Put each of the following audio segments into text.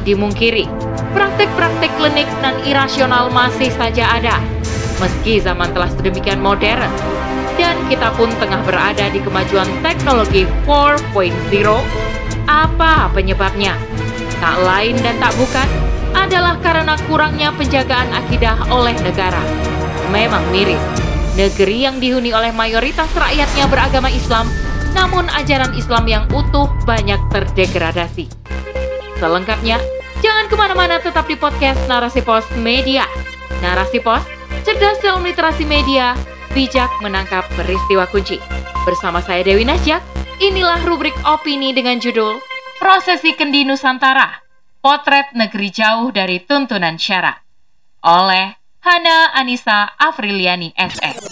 Tak dimungkiri, praktek-praktek klinik dan irasional masih saja ada. Meski zaman telah sedemikian modern, dan kita pun tengah berada di kemajuan teknologi 4.0, apa penyebabnya? Tak lain dan tak bukan adalah karena kurangnya penjagaan akidah oleh negara. Memang miris, negeri yang dihuni oleh mayoritas rakyatnya beragama Islam, namun ajaran Islam yang utuh banyak terdegradasi. Selengkapnya, jangan kemana-mana, tetap di podcast Narasi Pos Media. Narasi Pos, cerdas dalam literasi media, bijak menangkap peristiwa kunci. Bersama saya Dewi Nasjak, inilah rubrik opini dengan judul Prosesi Kendi Nusantara, Potret Negeri Jauh dari Tuntunan Syara, oleh Hana Anissa Afriliani SS.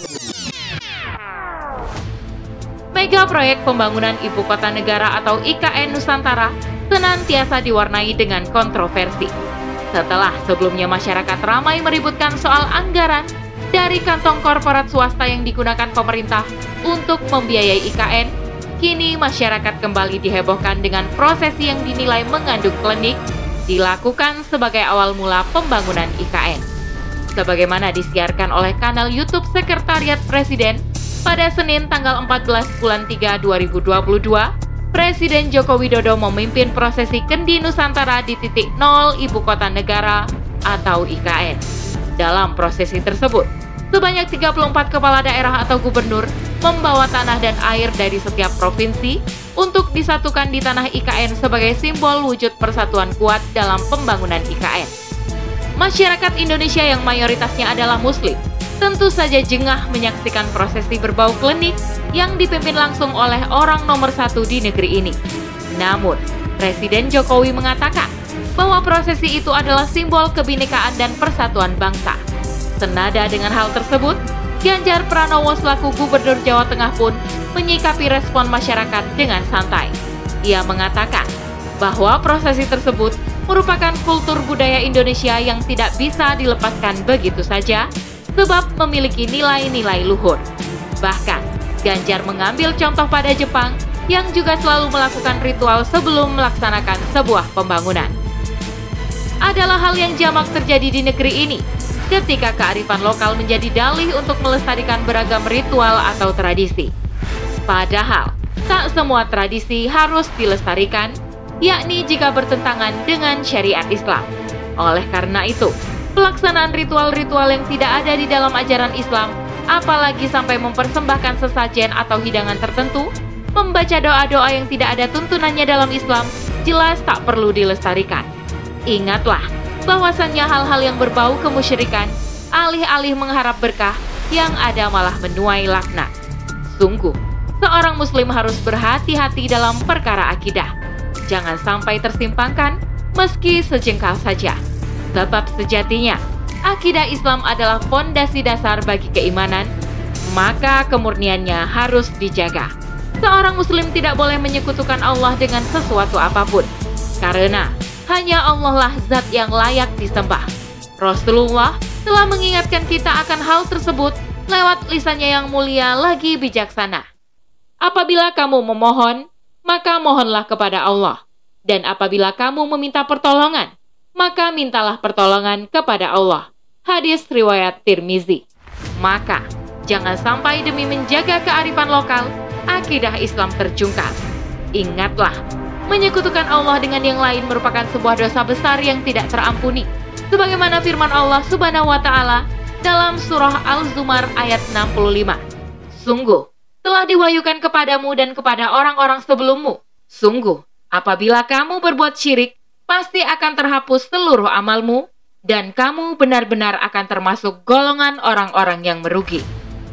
Mega proyek pembangunan Ibu Kota Negara atau IKN Nusantara senantiasa diwarnai dengan kontroversi. Setelah sebelumnya masyarakat ramai meributkan soal anggaran dari kantong korporat swasta yang digunakan pemerintah untuk membiayai IKN, kini masyarakat kembali dihebohkan dengan prosesi yang dinilai mengandung klinik dilakukan sebagai awal mula pembangunan IKN. Sebagaimana disiarkan oleh kanal YouTube Sekretariat Presiden pada Senin tanggal 14 bulan 3 2022, Presiden Joko Widodo memimpin prosesi Kendi Nusantara di titik 0 Ibu Kota Negara atau IKN. Dalam prosesi tersebut, sebanyak 34 kepala daerah atau gubernur membawa tanah dan air dari setiap provinsi untuk disatukan di tanah IKN sebagai simbol wujud persatuan kuat dalam pembangunan IKN. Masyarakat Indonesia yang mayoritasnya adalah Muslim tentu saja jengah menyaksikan prosesi berbau klinik yang dipimpin langsung oleh orang nomor satu di negeri ini. Namun, Presiden Jokowi mengatakan bahwa prosesi itu adalah simbol kebinekaan dan persatuan bangsa. Senada dengan hal tersebut, Ganjar Pranowo selaku Gubernur Jawa Tengah pun menyikapi respon masyarakat dengan santai. Ia mengatakan bahwa prosesi tersebut merupakan kultur budaya Indonesia yang tidak bisa dilepaskan begitu saja, sebab memiliki nilai-nilai luhur. Bahkan, Ganjar mengambil contoh pada Jepang yang juga selalu melakukan ritual sebelum melaksanakan sebuah pembangunan. Adalah hal yang jamak terjadi di negeri ini, ketika kearifan lokal menjadi dalih untuk melestarikan beragam ritual atau tradisi. Padahal, tak semua tradisi harus dilestarikan, yakni jika bertentangan dengan syariat Islam. Oleh karena itu, pelaksanaan ritual-ritual yang tidak ada di dalam ajaran Islam, apalagi sampai mempersembahkan sesajen atau hidangan tertentu, membaca doa-doa yang tidak ada tuntunannya dalam Islam, jelas tak perlu dilestarikan. Ingatlah, bahwasannya hal-hal yang berbau kemusyrikan, alih-alih mengharap berkah, yang ada malah menuai laknat. Sungguh, seorang muslim harus berhati-hati dalam perkara akidah. Jangan sampai tersimpangkan, meski sejengkal saja. Sebab sejatinya, akidah Islam adalah fondasi dasar bagi keimanan, maka kemurniannya harus dijaga. Seorang muslim tidak boleh menyekutukan Allah dengan sesuatu apapun, karena hanya Allah lah zat yang layak disembah. Rasulullah telah mengingatkan kita akan hal tersebut lewat lisannya yang mulia lagi bijaksana. Apabila kamu memohon, maka mohonlah kepada Allah. Dan apabila kamu meminta pertolongan, maka mintalah pertolongan kepada Allah. Hadis riwayat Tirmizi. Maka, jangan sampai demi menjaga kearifan lokal, akidah Islam terjungkal. Ingatlah, menyekutukan Allah dengan yang lain merupakan sebuah dosa besar yang tidak terampuni. Sebagaimana firman Allah Subhanahu wa Ta'ala dalam surah Al-Zumar ayat 65. Sungguh, telah diwahyukan kepadamu dan kepada orang-orang sebelummu. Sungguh, apabila kamu berbuat syirik, pasti akan terhapus seluruh amalmu, dan kamu benar-benar akan termasuk golongan orang-orang yang merugi.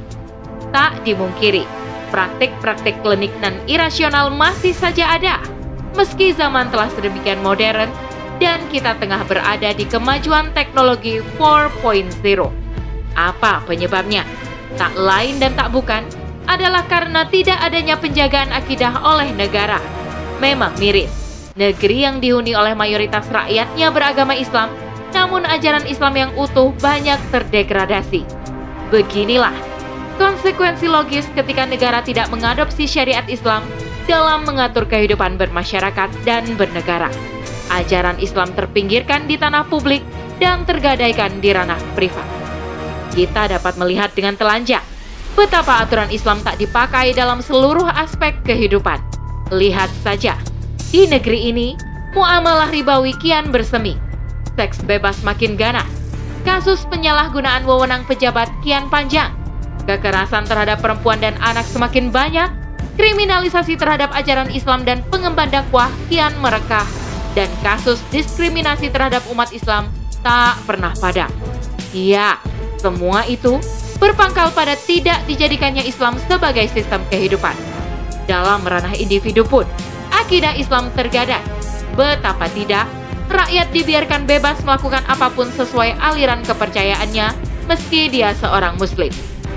Tak dimungkiri, praktik-praktik klinik dan irasional masih saja ada. Meski zaman telah sedemikian modern, dan kita tengah berada di kemajuan teknologi 4.0. Apa penyebabnya? Tak lain dan tak bukan adalah karena tidak adanya penjagaan akidah oleh negara. Memang miris, negeri yang dihuni oleh mayoritas rakyatnya beragama Islam, namun ajaran Islam yang utuh banyak terdegradasi. Beginilah konsekuensi logis ketika negara tidak mengadopsi syariat Islam dalam mengatur kehidupan bermasyarakat dan bernegara. Ajaran Islam terpinggirkan di tanah publik dan tergadaikan di ranah privat. Kita dapat melihat dengan telanjang betapa aturan Islam tak dipakai dalam seluruh aspek kehidupan. Lihat saja, di negeri ini, muamalah ribawi kian bersemi. Seks bebas makin ganas. Kasus penyalahgunaan wewenang pejabat kian panjang. Kekerasan terhadap perempuan dan anak semakin banyak. Kriminalisasi terhadap ajaran Islam dan pengemban dakwah kian merekah. Dan kasus diskriminasi terhadap umat Islam tak pernah padam. Ya, semua itu berpangkal pada tidak dijadikannya Islam sebagai sistem kehidupan. Dalam ranah individu pun, akidah Islam tergadai. Betapa tidak, rakyat dibiarkan bebas melakukan apapun sesuai aliran kepercayaannya, meski dia seorang Muslim.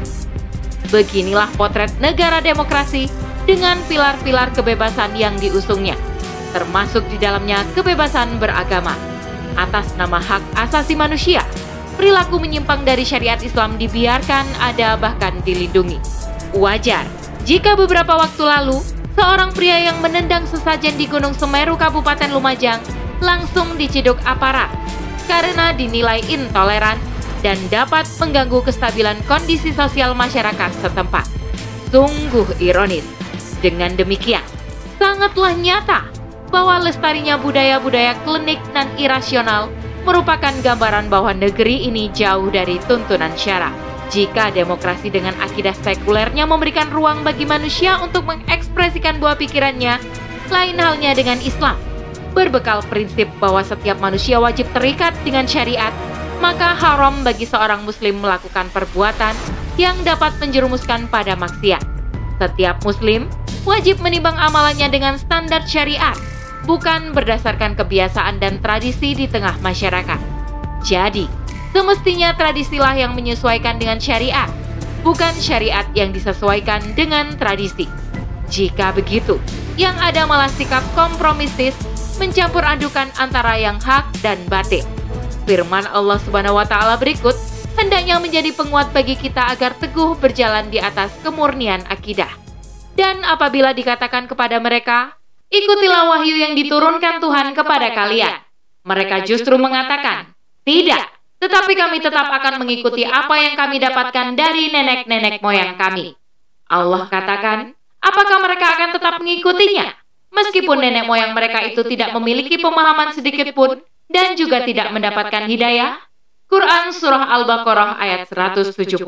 Beginilah potret negara demokrasi dengan pilar-pilar kebebasan yang diusungnya, termasuk di dalamnya kebebasan beragama. Atas nama hak asasi manusia, perilaku menyimpang dari syariat Islam dibiarkan ada bahkan dilindungi. Wajar jika beberapa waktu lalu, seorang pria yang menendang sesajen di Gunung Semeru, Kabupaten Lumajang, langsung diciduk aparat karena dinilai intoleran dan dapat mengganggu kestabilan kondisi sosial masyarakat setempat. Sungguh ironis. Dengan demikian, sangatlah nyata bahwa lestarinya budaya-budaya klinik dan irasional merupakan gambaran bahwa negeri ini jauh dari tuntunan syara. Jika demokrasi dengan akidah sekulernya memberikan ruang bagi manusia untuk mengekspresikan buah pikirannya, lain halnya dengan Islam. Berbekal prinsip bahwa setiap manusia wajib terikat dengan syariat, maka haram bagi seorang muslim melakukan perbuatan yang dapat menjerumuskan pada maksiat. Setiap muslim wajib menimbang amalannya dengan standar syariat, bukan berdasarkan kebiasaan dan tradisi di tengah masyarakat. Jadi, semestinya tradisilah yang menyesuaikan dengan syariat, bukan syariat yang disesuaikan dengan tradisi. Jika begitu, yang ada malah sikap kompromistis, mencampur adukan antara yang hak dan batil. Firman Allah Subhanahu wa Ta'ala berikut hendaknya menjadi penguat bagi kita agar teguh berjalan di atas kemurnian akidah. Dan apabila dikatakan kepada mereka, ikutilah wahyu yang diturunkan Tuhan kepada kalian, mereka justru mengatakan, tidak, tetapi kami tetap akan mengikuti apa yang kami dapatkan dari nenek-nenek moyang kami. Allah katakan, apakah mereka akan tetap mengikutinya? Meskipun nenek moyang mereka itu tidak memiliki pemahaman sedikit pun dan juga tidak mendapatkan hidayah. Quran Surah Al-Baqarah ayat 170.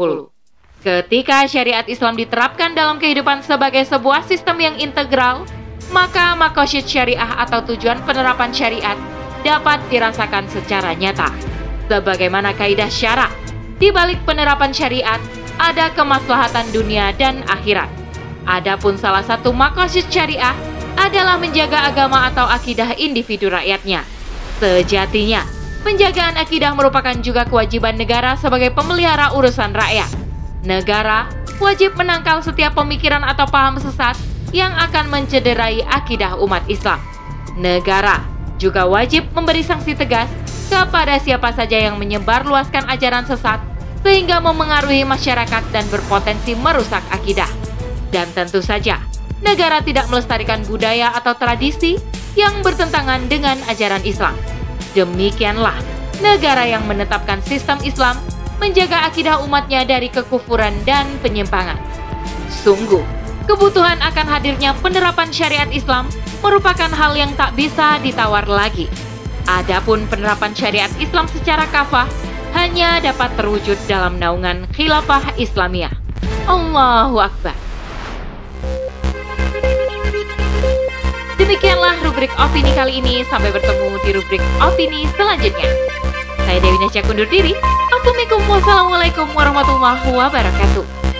Ketika syariat Islam diterapkan dalam kehidupan sebagai sebuah sistem yang integral, maka maqasid syariah atau tujuan penerapan syariat dapat dirasakan secara nyata. Sebagaimana kaidah syara, di balik penerapan syariat ada kemaslahatan dunia dan akhirat. Adapun salah satu maqasid syariah adalah menjaga agama atau akidah individu rakyatnya. Sejatinya, penjagaan akidah merupakan juga kewajiban negara sebagai pemelihara urusan rakyat. Negara wajib menangkal setiap pemikiran atau paham sesat yang akan mencederai akidah umat Islam. Negara juga wajib memberi sanksi tegas kepada siapa saja yang menyebarluaskan ajaran sesat sehingga memengaruhi masyarakat dan berpotensi merusak akidah. Dan tentu saja, negara tidak melestarikan budaya atau tradisi yang bertentangan dengan ajaran Islam. Demikianlah negara yang menetapkan sistem Islam menjaga akidah umatnya dari kekufuran dan penyimpangan. Sungguh, kebutuhan akan hadirnya penerapan syariat Islam merupakan hal yang tak bisa ditawar lagi. Adapun penerapan syariat Islam secara kafah hanya dapat terwujud dalam naungan khilafah Islamiyah. Allahu Akbar. Demikianlah rubrik opini kali ini. Sampai bertemu di rubrik opini selanjutnya. Saya Dewi Nasya undur diri. Assalamualaikum warahmatullahi wabarakatuh.